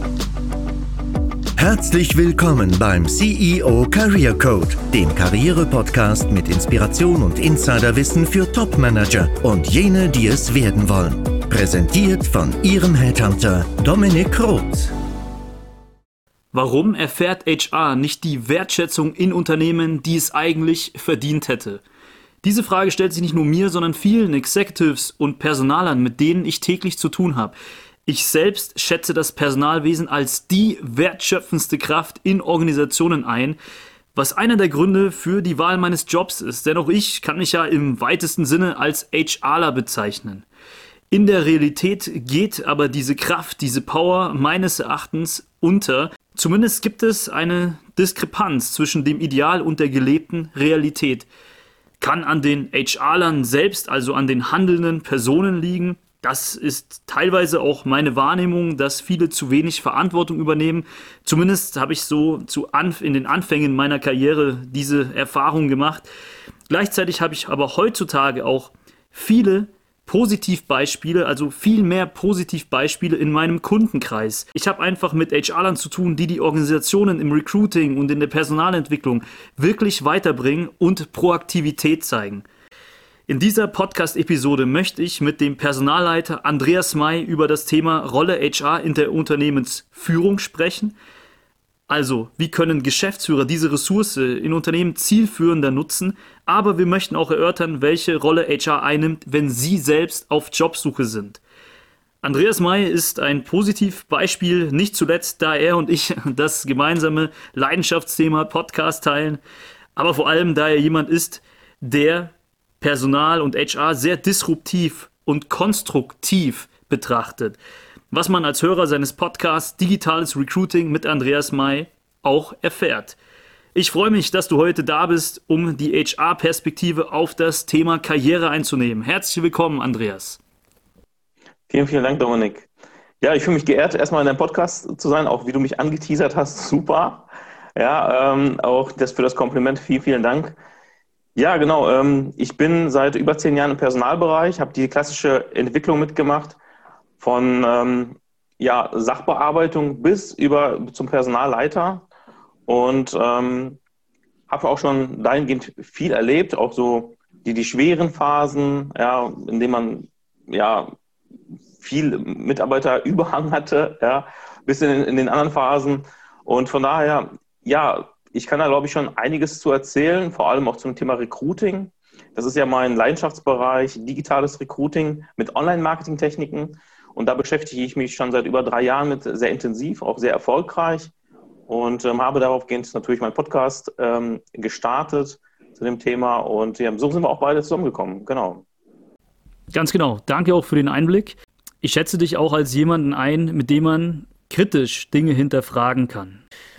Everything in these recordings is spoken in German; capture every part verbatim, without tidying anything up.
Herzlich willkommen beim C E O Career Code, dem Karriere-Podcast mit Inspiration und Insiderwissen für Top-Manager und jene, die es werden wollen. Präsentiert von Ihrem Headhunter Dominik Roth. Warum erfährt H R nicht die Wertschätzung in Unternehmen, die es eigentlich verdient hätte? Diese Frage stellt sich nicht nur mir, sondern vielen Executives und Personalern, mit denen ich täglich zu tun habe. Ich selbst schätze das Personalwesen als die wertschöpfendste Kraft in Organisationen ein, was einer der Gründe für die Wahl meines Jobs ist. Denn auch ich kann mich ja im weitesten Sinne als HRler bezeichnen. In der Realität geht aber diese Kraft, diese Power meines Erachtens unter. Zumindest gibt es eine Diskrepanz zwischen dem Ideal und der gelebten Realität. Kann an den HRlern selbst, also an den handelnden Personen liegen. Das ist teilweise auch meine Wahrnehmung, dass viele zu wenig Verantwortung übernehmen. Zumindest habe ich so zu Anf- in den Anfängen meiner Karriere diese Erfahrung gemacht. Gleichzeitig habe ich aber heutzutage auch viele Positivbeispiele, also viel mehr Positivbeispiele in meinem Kundenkreis. Ich habe einfach mit HRlern zu tun, die die Organisationen im Recruiting und in der Personalentwicklung wirklich weiterbringen und Proaktivität zeigen. In dieser Podcast-Episode möchte ich mit dem Personalleiter Andreas May über das Thema Rolle H R in der Unternehmensführung sprechen. Also, wie können Geschäftsführer diese Ressource in Unternehmen zielführender nutzen? Aber wir möchten auch erörtern, welche Rolle H R einnimmt, wenn Sie selbst auf Jobsuche sind. Andreas May ist ein Positivbeispiel, nicht zuletzt, da er und ich das gemeinsame Leidenschaftsthema Podcast teilen, aber vor allem, da er jemand ist, der Personal und H R sehr disruptiv und konstruktiv betrachtet, was man als Hörer seines Podcasts Digitales Recruiting mit Andreas May auch erfährt. Ich freue mich, dass du heute da bist, um die H R-Perspektive auf das Thema Karriere einzunehmen. Herzlich willkommen, Andreas. Vielen, vielen Dank, Dominik. Ja, ich fühle mich geehrt, erstmal in deinem Podcast zu sein, auch wie du mich angeteasert hast, super. Ja, ähm, auch das für das Kompliment, vielen, vielen Dank. Ja, genau. Ähm, ich bin seit über zehn Jahren im Personalbereich, habe die klassische Entwicklung mitgemacht, von ähm, ja, Sachbearbeitung bis über zum Personalleiter und ähm, habe auch schon dahingehend viel erlebt, auch so die, die schweren Phasen, ja, in denen man ja viel Mitarbeiterüberhang hatte, ja, bis in, in den anderen Phasen. Und von daher, ja, ich kann da, glaube ich, schon einiges zu erzählen, vor allem auch zum Thema Recruiting. Das ist ja mein Leidenschaftsbereich, digitales Recruiting mit Online-Marketing-Techniken. Und da beschäftige ich mich schon seit über drei Jahren mit, sehr intensiv, auch sehr erfolgreich. Und ähm, habe daraufgehend natürlich meinen Podcast ähm, gestartet zu dem Thema. Und ja, so sind wir auch beide zusammengekommen, genau. Ganz genau. Danke auch für den Einblick. Ich schätze dich auch als jemanden ein, mit dem man kritisch Dinge hinterfragen kann.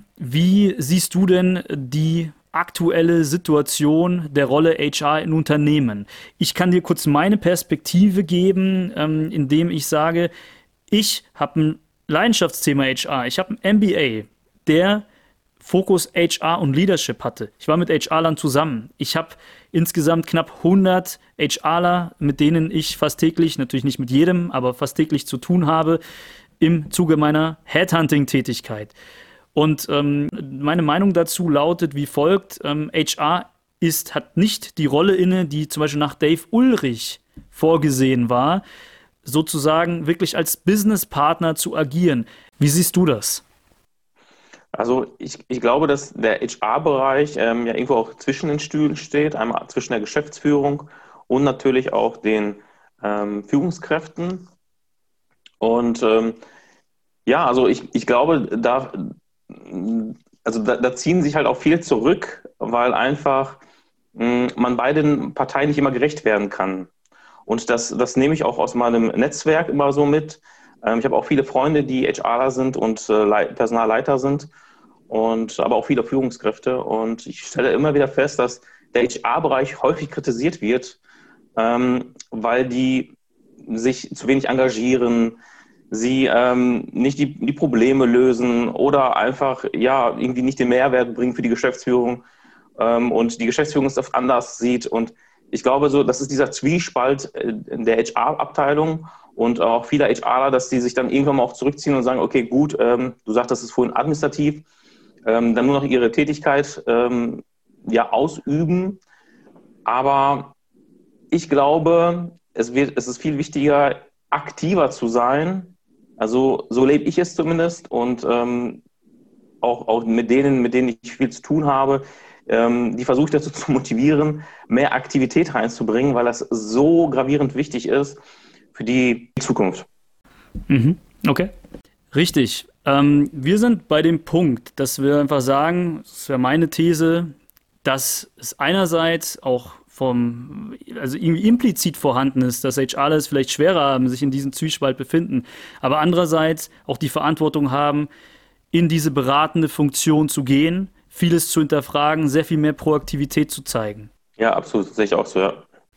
Wie siehst du denn die aktuelle Situation der Rolle H R in Unternehmen? Ich kann dir kurz meine Perspektive geben, ähm, indem ich sage, ich habe ein Leidenschaftsthema H R. Ich habe ein M B A, der Fokus H R und Leadership hatte. Ich war mit HRlern zusammen. Ich habe insgesamt knapp hundert HRler, mit denen ich fast täglich, natürlich nicht mit jedem, aber fast täglich zu tun habe, im Zuge meiner Headhunting-Tätigkeit. Und ähm, meine Meinung dazu lautet wie folgt, ähm, H R ist, hat nicht die Rolle inne, die zum Beispiel nach Dave Ulrich vorgesehen war, sozusagen wirklich als Businesspartner zu agieren. Wie siehst du das? Also ich, ich glaube, dass der H R-Bereich ähm, ja irgendwo auch zwischen den Stühlen steht, einmal zwischen der Geschäftsführung und natürlich auch den ähm, Führungskräften. Und ähm, ja, also ich, ich glaube, da Also da, da ziehen sich halt auch viel zurück, weil einfach mh, man beiden Parteien nicht immer gerecht werden kann. Und das, das nehme ich auch aus meinem Netzwerk immer so mit. Ähm, ich habe auch viele Freunde, die HRler sind und äh, Personalleiter sind, und aber auch viele Führungskräfte. Und ich stelle immer wieder fest, dass der H R-Bereich häufig kritisiert wird, ähm, weil die sich zu wenig engagieren, sie ähm, nicht die, die Probleme lösen oder einfach ja irgendwie nicht den Mehrwert bringen für die Geschäftsführung ähm, und die Geschäftsführung es oft anders sieht. Und ich glaube, so, das ist dieser Zwiespalt in der H R-Abteilung und auch viele HRler, dass die sich dann irgendwann mal auch zurückziehen und sagen, okay, gut, ähm, du sagtest es vorhin administrativ, ähm, dann nur noch ihre Tätigkeit ähm, ja, ausüben. Aber ich glaube, es, wird, es ist viel wichtiger, aktiver zu sein. Also so lebe ich es zumindest und ähm, auch, auch mit denen, mit denen ich viel zu tun habe, ähm, die versuche ich dazu zu motivieren, mehr Aktivität reinzubringen, weil das so gravierend wichtig ist für die Zukunft. Mhm. Okay. Richtig. Ähm, wir sind bei dem Punkt, dass wir einfach sagen, das wäre meine These, dass es einerseits auch vom, also irgendwie implizit vorhanden ist, dass HRler es vielleicht schwerer haben, sich in diesem Zwiespalt befinden, aber andererseits auch die Verantwortung haben, in diese beratende Funktion zu gehen, vieles zu hinterfragen, sehr viel mehr Proaktivität zu zeigen. Ja, absolut, sehe ich auch so, ja.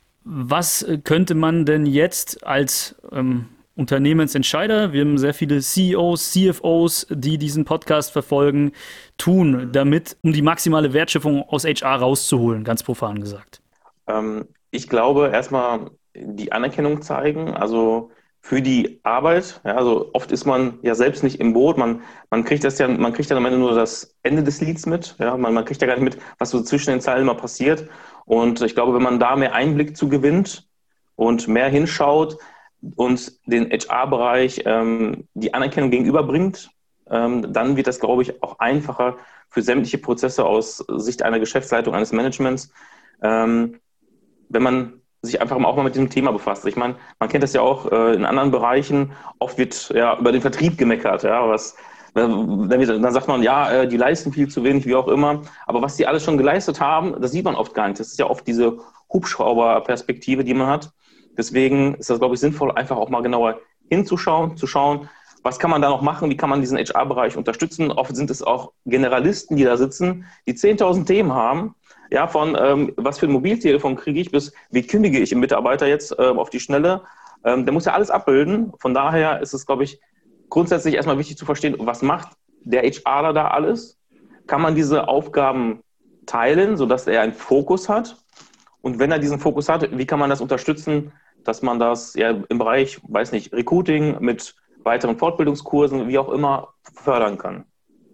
Was könnte man denn jetzt als ähm, Unternehmensentscheider, wir haben sehr viele C E Os, C F Os, die diesen Podcast verfolgen, tun, damit, um die maximale Wertschöpfung aus H R rauszuholen, ganz profan gesagt? Ähm, ich glaube, erstmal die Anerkennung zeigen, also für die Arbeit. Ja, also oft ist man ja selbst nicht im Boot. Man, man kriegt das ja, man kriegt dann am Ende nur das Ende des Lieds mit. Ja, man, man kriegt ja gar nicht mit, was so zwischen den Zeilen immer passiert. Und ich glaube, wenn man da mehr Einblick zu gewinnt und mehr hinschaut und den H R-Bereich ähm, die Anerkennung gegenüberbringt, ähm, dann wird das, glaube ich, auch einfacher für sämtliche Prozesse aus Sicht einer Geschäftsleitung, eines Managements, ähm, wenn man sich einfach auch mal mit diesem Thema befasst. Ich meine, man kennt das ja auch äh, in anderen Bereichen. Oft wird ja über den Vertrieb gemeckert. Ja, was, dann, dann sagt man, ja, äh, die leisten viel zu wenig, wie auch immer. Aber was die alles schon geleistet haben, das sieht man oft gar nicht. Das ist ja oft diese Hubschrauberperspektive, die man hat. Deswegen ist das, glaube ich, sinnvoll, einfach auch mal genauer hinzuschauen, zu schauen, was kann man da noch machen, wie kann man diesen H R-Bereich unterstützen. Oft sind es auch Generalisten, die da sitzen, die zehntausend Themen haben. Ja, von ähm, was für ein Mobiltelefon kriege ich bis wie kündige ich einen Mitarbeiter jetzt ähm, auf die Schnelle. Ähm, der muss ja alles abbilden. Von daher ist es, glaube ich, grundsätzlich erstmal wichtig zu verstehen, was macht der HRler da alles? Kann man diese Aufgaben teilen, sodass er einen Fokus hat? Und wenn er diesen Fokus hat, wie kann man das unterstützen, dass man das ja im Bereich, weiß nicht, Recruiting mit weiteren Fortbildungskursen, wie auch immer, fördern kann?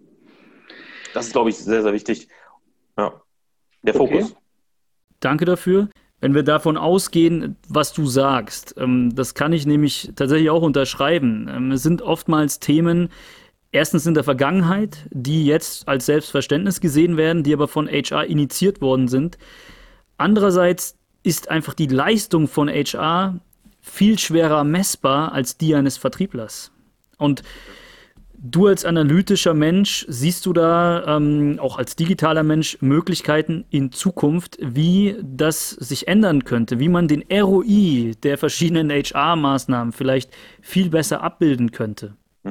Das ist, glaube ich, sehr, sehr wichtig. Ja. Der Fokus. Okay. Danke dafür. Wenn wir davon ausgehen, was du sagst, ähm, das kann ich nämlich tatsächlich auch unterschreiben. Ähm, es sind oftmals Themen, erstens in der Vergangenheit, die jetzt als Selbstverständnis gesehen werden, die aber von H R initiiert worden sind. Andererseits ist einfach die Leistung von H R viel schwerer messbar als die eines Vertrieblers. Und du als analytischer Mensch, siehst du da ähm, auch als digitaler Mensch Möglichkeiten in Zukunft, wie das sich ändern könnte, wie man den R O I der verschiedenen H R-Maßnahmen vielleicht viel besser abbilden könnte?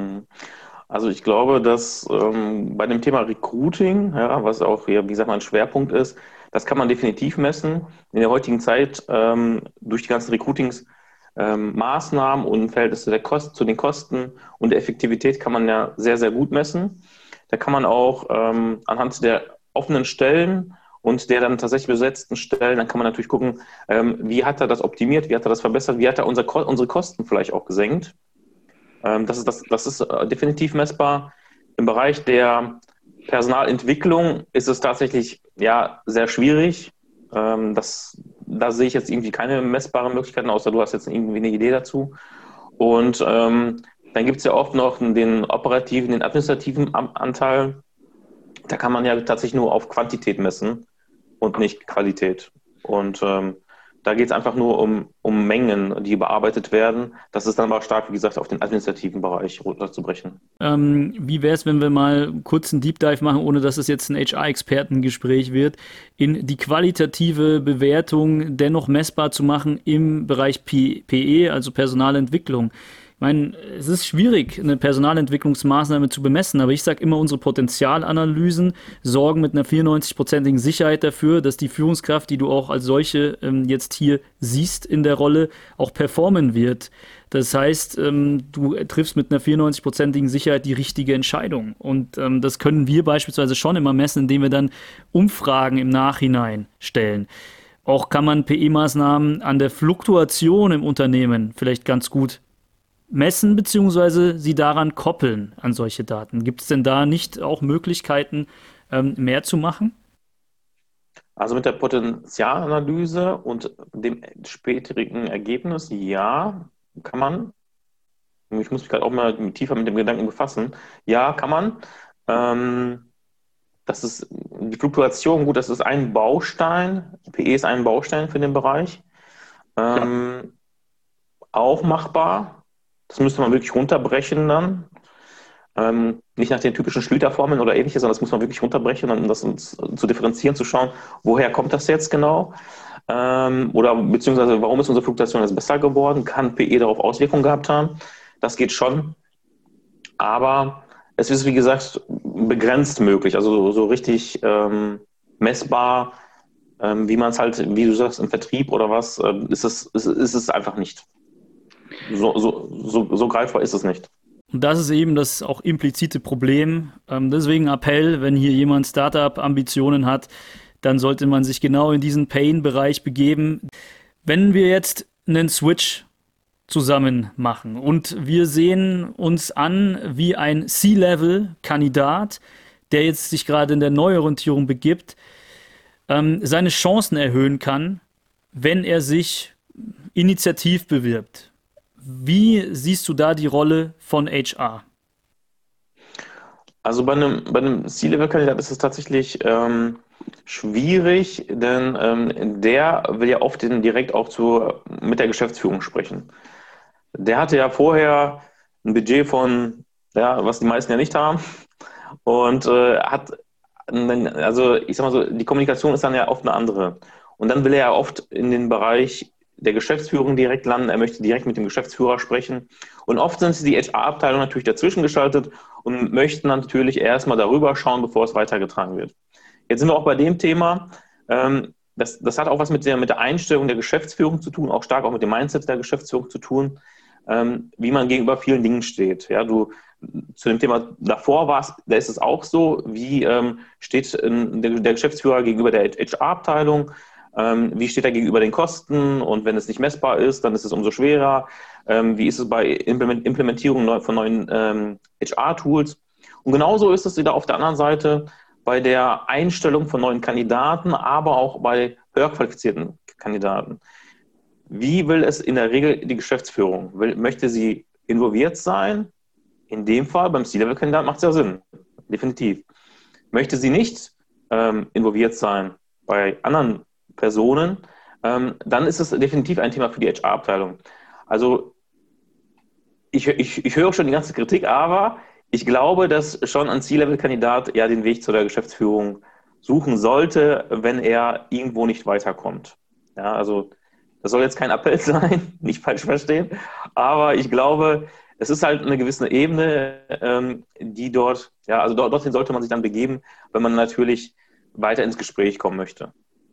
Also ich glaube, dass ähm, bei dem Thema Recruiting, ja, was auch hier, wie gesagt, ein Schwerpunkt ist, das kann man definitiv messen. In der heutigen Zeit ähm, durch die ganzen Recruitings Ähm, Maßnahmen und im Verhältnis zu, der Kost, zu den Kosten und der Effektivität kann man ja sehr, sehr gut messen. Da kann man auch ähm, anhand der offenen Stellen und der dann tatsächlich besetzten Stellen, dann kann man natürlich gucken, ähm, wie hat er das optimiert, wie hat er das verbessert, wie hat er unser, unsere Kosten vielleicht auch gesenkt. Ähm, das ist, das, das ist äh, definitiv messbar. Im Bereich der Personalentwicklung ist es tatsächlich ja, sehr schwierig. Ähm, das Da sehe ich jetzt irgendwie keine messbaren Möglichkeiten, außer du hast jetzt irgendwie eine Idee dazu. Und ähm, dann gibt es ja oft noch den operativen, den administrativen Anteil. Da kann man ja tatsächlich nur auf Quantität messen und nicht Qualität. Und ähm, da geht es einfach nur um, um Mengen, die bearbeitet werden. Das ist dann aber stark, wie gesagt, auf den administrativen Bereich runterzubrechen. Ähm, wie wäre es, wenn wir mal kurz einen Deep Dive machen, ohne dass es jetzt ein H R-Expertengespräch wird, in die qualitative Bewertung dennoch messbar zu machen im Bereich P E, also Personalentwicklung? Ich meine, es ist schwierig, eine Personalentwicklungsmaßnahme zu bemessen, aber ich sage immer, unsere Potenzialanalysen sorgen mit einer vierundneunzig-prozentigen Sicherheit dafür, dass die Führungskraft, die du auch als solche ähm, jetzt hier siehst in der Rolle, auch performen wird. Das heißt, ähm, du triffst mit einer vierundneunzig-prozentigen Sicherheit die richtige Entscheidung. Und ähm, das können wir beispielsweise schon immer messen, indem wir dann Umfragen im Nachhinein stellen. Auch kann man P E-Maßnahmen an der Fluktuation im Unternehmen vielleicht ganz gut messen beziehungsweise sie daran koppeln an solche Daten? Gibt es denn da nicht auch Möglichkeiten, ähm, mehr zu machen? Also mit der Potenzialanalyse und dem späteren Ergebnis, ja, kann man. Ich muss mich gerade auch mal tiefer mit dem Gedanken befassen. Ja, kann man. Ähm, das ist die Fluktuation, gut, das ist ein Baustein. P E ist ein Baustein für den Bereich. Ähm, auch machbar. Das müsste man wirklich runterbrechen dann. Ähm, nicht nach den typischen Schlüterformeln oder ähnliches, sondern das muss man wirklich runterbrechen, um das uns zu differenzieren, zu schauen, woher kommt das jetzt genau? Ähm, oder beziehungsweise warum ist unsere Fluktuation jetzt besser geworden? Kann P E darauf Auswirkungen gehabt haben? Das geht schon. Aber es ist, wie gesagt, begrenzt möglich. Also so, so richtig ähm, messbar, ähm, wie man es halt, wie du sagst, im Vertrieb oder was, äh, ist, es, ist, ist es einfach nicht. So, so, so, so greifbar ist es nicht. Und das ist eben das auch implizite Problem. Ähm, deswegen Appell, wenn hier jemand Startup-Ambitionen hat, dann sollte man sich genau in diesen Pain-Bereich begeben. Wenn wir jetzt einen Switch zusammen machen und wir sehen uns an, wie ein C-Level-Kandidat, der jetzt sich gerade in der Neuorientierung begibt, ähm, seine Chancen erhöhen kann, wenn er sich initiativ bewirbt. Wie siehst du da die Rolle von H R? Also bei einem, bei einem C-Level-Kandidat ist es tatsächlich ähm, schwierig, denn ähm, der will ja oft direkt auch zu, mit der Geschäftsführung sprechen. Der hatte ja vorher ein Budget von, ja, was die meisten ja nicht haben, und äh, hat, also ich sag mal so, die Kommunikation ist dann ja oft eine andere. Und dann will er ja oft in den Bereich der Geschäftsführung direkt landen, er möchte direkt mit dem Geschäftsführer sprechen. Und oft sind die H R-Abteilungen natürlich dazwischen geschaltet und möchten dann natürlich erstmal darüber schauen, bevor es weitergetragen wird. Jetzt sind wir auch bei dem Thema, ähm, das, das hat auch was mit der, mit der Einstellung der Geschäftsführung zu tun, auch stark auch mit dem Mindset der Geschäftsführung zu tun, ähm, wie man gegenüber vielen Dingen steht. Ja, du, zu dem Thema davor warst, da ist es auch so, wie ähm, steht ähm, der, der Geschäftsführer gegenüber der H R-Abteilung, ähm, wie steht er gegenüber den Kosten, und wenn es nicht messbar ist, dann ist es umso schwerer. Ähm, wie ist es bei Implement- Implementierung von neuen ähm, H R-Tools? Und genauso ist es wieder auf der anderen Seite bei der Einstellung von neuen Kandidaten, aber auch bei höher qualifizierten Kandidaten. Wie will es in der Regel die Geschäftsführung? Will, möchte sie involviert sein? In dem Fall, beim C-Level-Kandidat macht es ja Sinn, definitiv. Möchte sie nicht ähm, involviert sein bei anderen Personen, ähm, dann ist es definitiv ein Thema für die H R-Abteilung. Also ich, ich, ich höre schon die ganze Kritik, aber ich glaube, dass schon ein C-Level-Kandidat ja den Weg zu der Geschäftsführung suchen sollte, wenn er irgendwo nicht weiterkommt. Ja, also das soll jetzt kein Appell sein, nicht falsch verstehen, aber ich glaube, es ist halt eine gewisse Ebene, ähm, die dort, ja, also dort, dorthin sollte man sich dann begeben, wenn man natürlich weiter ins Gespräch kommen möchte.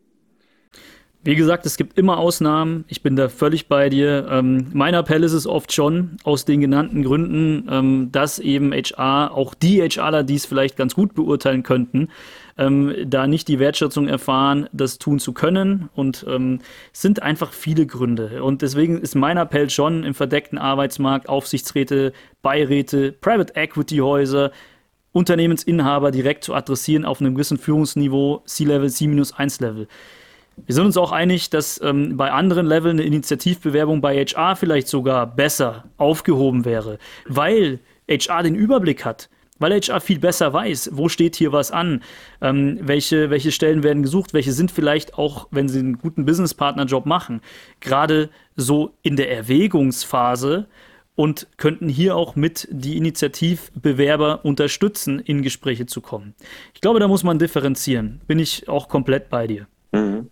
Wie gesagt, es gibt immer Ausnahmen. Ich bin da völlig bei dir. Ähm, mein Appell ist es oft schon, aus den genannten Gründen, ähm, dass eben H R, auch die HRler, die es vielleicht ganz gut beurteilen könnten, ähm, da nicht die Wertschätzung erfahren, das tun zu können. Und ähm, es sind einfach viele Gründe. Und deswegen ist mein Appell schon, im verdeckten Arbeitsmarkt Aufsichtsräte, Beiräte, Private Equity Häuser, Unternehmensinhaber direkt zu adressieren auf einem gewissen Führungsniveau, C-Level, C eins Level. Wir sind uns auch einig, dass ähm, bei anderen Leveln eine Initiativbewerbung bei H R vielleicht sogar besser aufgehoben wäre, weil H R den Überblick hat, weil H R viel besser weiß, wo steht hier was an, ähm, welche, welche Stellen werden gesucht, welche sind vielleicht auch, wenn sie einen guten Businesspartner-Job machen, gerade so in der Erwägungsphase und könnten hier auch mit die Initiativbewerber unterstützen, in Gespräche zu kommen. Ich glaube, da muss man differenzieren. Bin ich auch komplett bei dir. Mhm.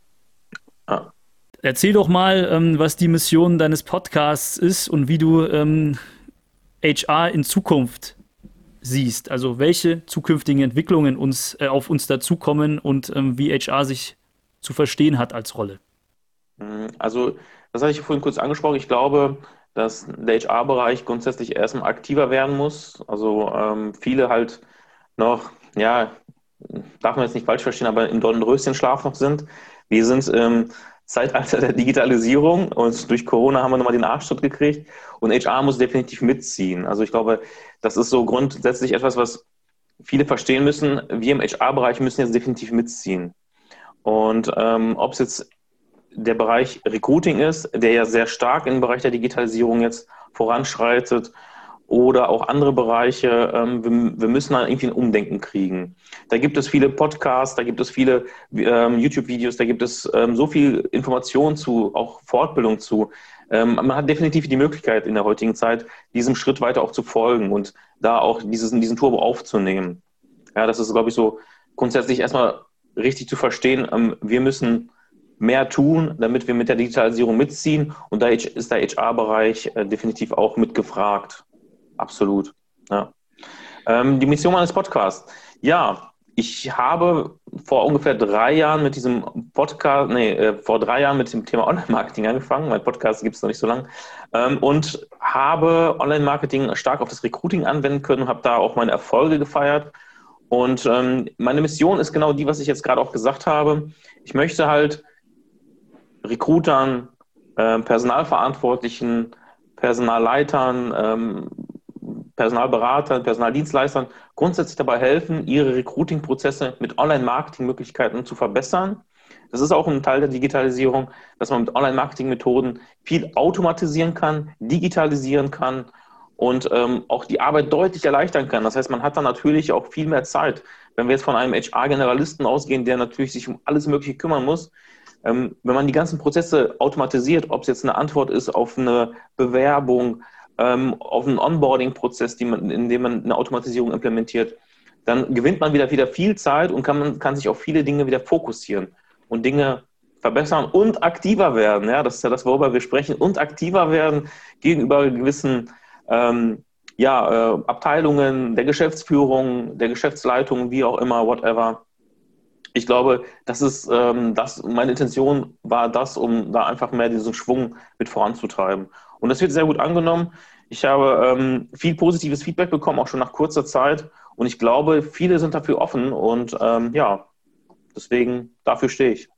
Ah. Erzähl doch mal, ähm, was die Mission deines Podcasts ist und wie du ähm, H R in Zukunft siehst. Also welche zukünftigen Entwicklungen uns, äh, auf uns dazukommen und ähm, wie H R sich zu verstehen hat als Rolle. Also das hatte ich vorhin kurz angesprochen. Ich glaube, dass der H R-Bereich grundsätzlich erstmal aktiver werden muss. Also ähm, viele halt noch, ja, darf man jetzt nicht falsch verstehen, aber im Dornröschenschlaf noch sind. Wir sind ähm, Zeitalter der Digitalisierung und durch Corona haben wir nochmal den Arschtritt gekriegt und H R muss definitiv mitziehen. Also ich glaube, das ist so grundsätzlich etwas, was viele verstehen müssen. Wir im H R-Bereich müssen jetzt definitiv mitziehen. Und ähm, ob es jetzt der Bereich Recruiting ist, der ja sehr stark im Bereich der Digitalisierung jetzt voranschreitet, oder auch andere Bereiche, ähm, wir, wir müssen da irgendwie ein Umdenken kriegen. Da gibt es viele Podcasts, da gibt es viele ähm, YouTube-Videos, da gibt es ähm, so viel Information zu, auch Fortbildung zu. Ähm, man hat definitiv die Möglichkeit in der heutigen Zeit, diesem Schritt weiter auch zu folgen und da auch dieses, diesen Turbo aufzunehmen. Ja, das ist, glaube ich, so grundsätzlich erstmal richtig zu verstehen. Ähm, wir müssen mehr tun, damit wir mit der Digitalisierung mitziehen und da ist der H R-Bereich äh, definitiv auch mitgefragt. Absolut, ja. Ähm, die Mission meines Podcasts. Ja, ich habe vor ungefähr drei Jahren mit diesem Podcast, nee, äh, vor drei Jahren mit dem Thema Online-Marketing angefangen. Mein Podcast gibt es noch nicht so lange. Ähm, und habe Online-Marketing stark auf das Recruiting anwenden können, habe da auch meine Erfolge gefeiert. Und ähm, meine Mission ist genau die, was ich jetzt gerade auch gesagt habe. Ich möchte halt Recruitern, äh, Personalverantwortlichen, Personalleitern, ähm, Personalberatern, Personaldienstleistern grundsätzlich dabei helfen, ihre Recruiting-Prozesse mit Online-Marketing-Möglichkeiten zu verbessern. Das ist auch ein Teil der Digitalisierung, dass man mit Online-Marketing-Methoden viel automatisieren kann, digitalisieren kann und ähm, auch die Arbeit deutlich erleichtern kann. Das heißt, man hat dann natürlich auch viel mehr Zeit. Wenn wir jetzt von einem H R-Generalisten ausgehen, der natürlich sich um alles Mögliche kümmern muss, ähm, wenn man die ganzen Prozesse automatisiert, ob es jetzt eine Antwort ist auf eine Bewerbung, auf einen Onboarding-Prozess, die man, in dem man eine Automatisierung implementiert, dann gewinnt man wieder, wieder viel Zeit und kann, man kann sich auf viele Dinge wieder fokussieren und Dinge verbessern und aktiver werden. Ja, das ist ja das, worüber wir sprechen, und aktiver werden gegenüber gewissen ähm, ja, äh, Abteilungen der Geschäftsführung, der Geschäftsleitung, wie auch immer, whatever. Ich glaube, das ist ähm, das, meine Intention war das, um da einfach mehr diesen Schwung mit voranzutreiben. Und das wird sehr gut angenommen. Ich habe ähm, viel positives Feedback bekommen, auch schon nach kurzer Zeit. Und ich glaube, viele sind dafür offen. Und ähm, ja, deswegen, dafür stehe ich.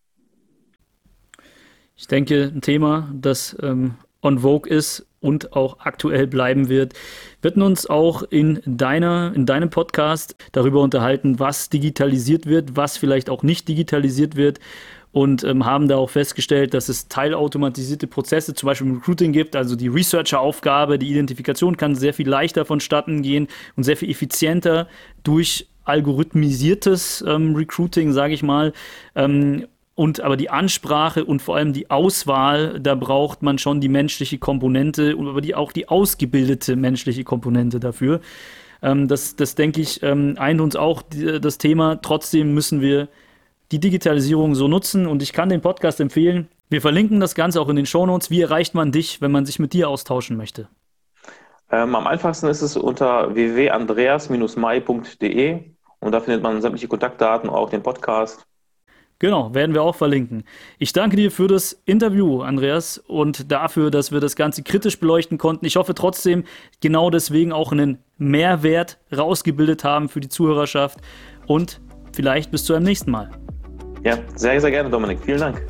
Ich denke, ein Thema, das ähm, on vogue ist und auch aktuell bleiben wird, wir werden uns auch in deiner, in deinem Podcast darüber unterhalten, was digitalisiert wird, was vielleicht auch nicht digitalisiert wird. Und ähm, haben da auch festgestellt, dass es teilautomatisierte Prozesse, zum Beispiel im Recruiting gibt, also die Researcher-Aufgabe, die Identifikation kann sehr viel leichter vonstatten gehen und sehr viel effizienter durch algorithmisiertes ähm, Recruiting, sage ich mal. Ähm, und aber die Ansprache und vor allem die Auswahl, da braucht man schon die menschliche Komponente und aber die, auch die ausgebildete menschliche Komponente dafür. Ähm, das, das denke ich, ähm, eint uns auch die, das Thema. Trotzdem müssen wir die Digitalisierung so nutzen und ich kann den Podcast empfehlen. Wir verlinken das Ganze auch in den Shownotes. Wie erreicht man dich, wenn man sich mit dir austauschen möchte? Ähm, am einfachsten ist es unter w w w punkt andreas Bindestrich mai punkt d e und da findet man sämtliche Kontaktdaten, auch den Podcast. Genau, werden wir auch verlinken. Ich danke dir für das Interview, Andreas, und dafür, dass wir das Ganze kritisch beleuchten konnten. Ich hoffe trotzdem, genau deswegen auch einen Mehrwert rausgebildet haben für die Zuhörerschaft und vielleicht bis zu einem nächsten Mal. Ja, sehr, sehr gerne, Dominik. Vielen Dank.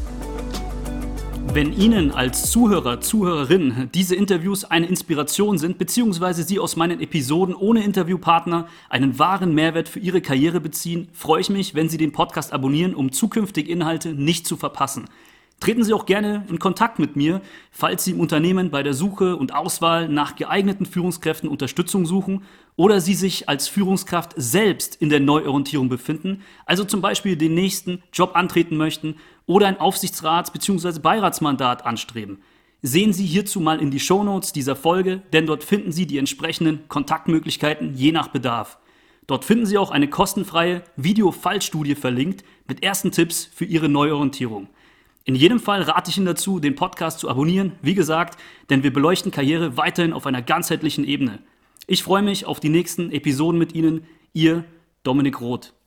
Wenn Ihnen als Zuhörer, Zuhörerin diese Interviews eine Inspiration sind, beziehungsweise Sie aus meinen Episoden ohne Interviewpartner einen wahren Mehrwert für Ihre Karriere beziehen, freue ich mich, wenn Sie den Podcast abonnieren, um zukünftige Inhalte nicht zu verpassen. Treten Sie auch gerne in Kontakt mit mir, falls Sie im Unternehmen bei der Suche und Auswahl nach geeigneten Führungskräften Unterstützung suchen oder Sie sich als Führungskraft selbst in der Neuorientierung befinden, also zum Beispiel den nächsten Job antreten möchten oder ein Aufsichtsrats- bzw. Beiratsmandat anstreben. Sehen Sie hierzu mal in die Shownotes dieser Folge, denn dort finden Sie die entsprechenden Kontaktmöglichkeiten je nach Bedarf. Dort finden Sie auch eine kostenfreie Video-Fallstudie verlinkt mit ersten Tipps für Ihre Neuorientierung. In jedem Fall rate ich Ihnen dazu, den Podcast zu abonnieren, wie gesagt, denn wir beleuchten Karriere weiterhin auf einer ganzheitlichen Ebene. Ich freue mich auf die nächsten Episoden mit Ihnen, Ihr Dominik Roth.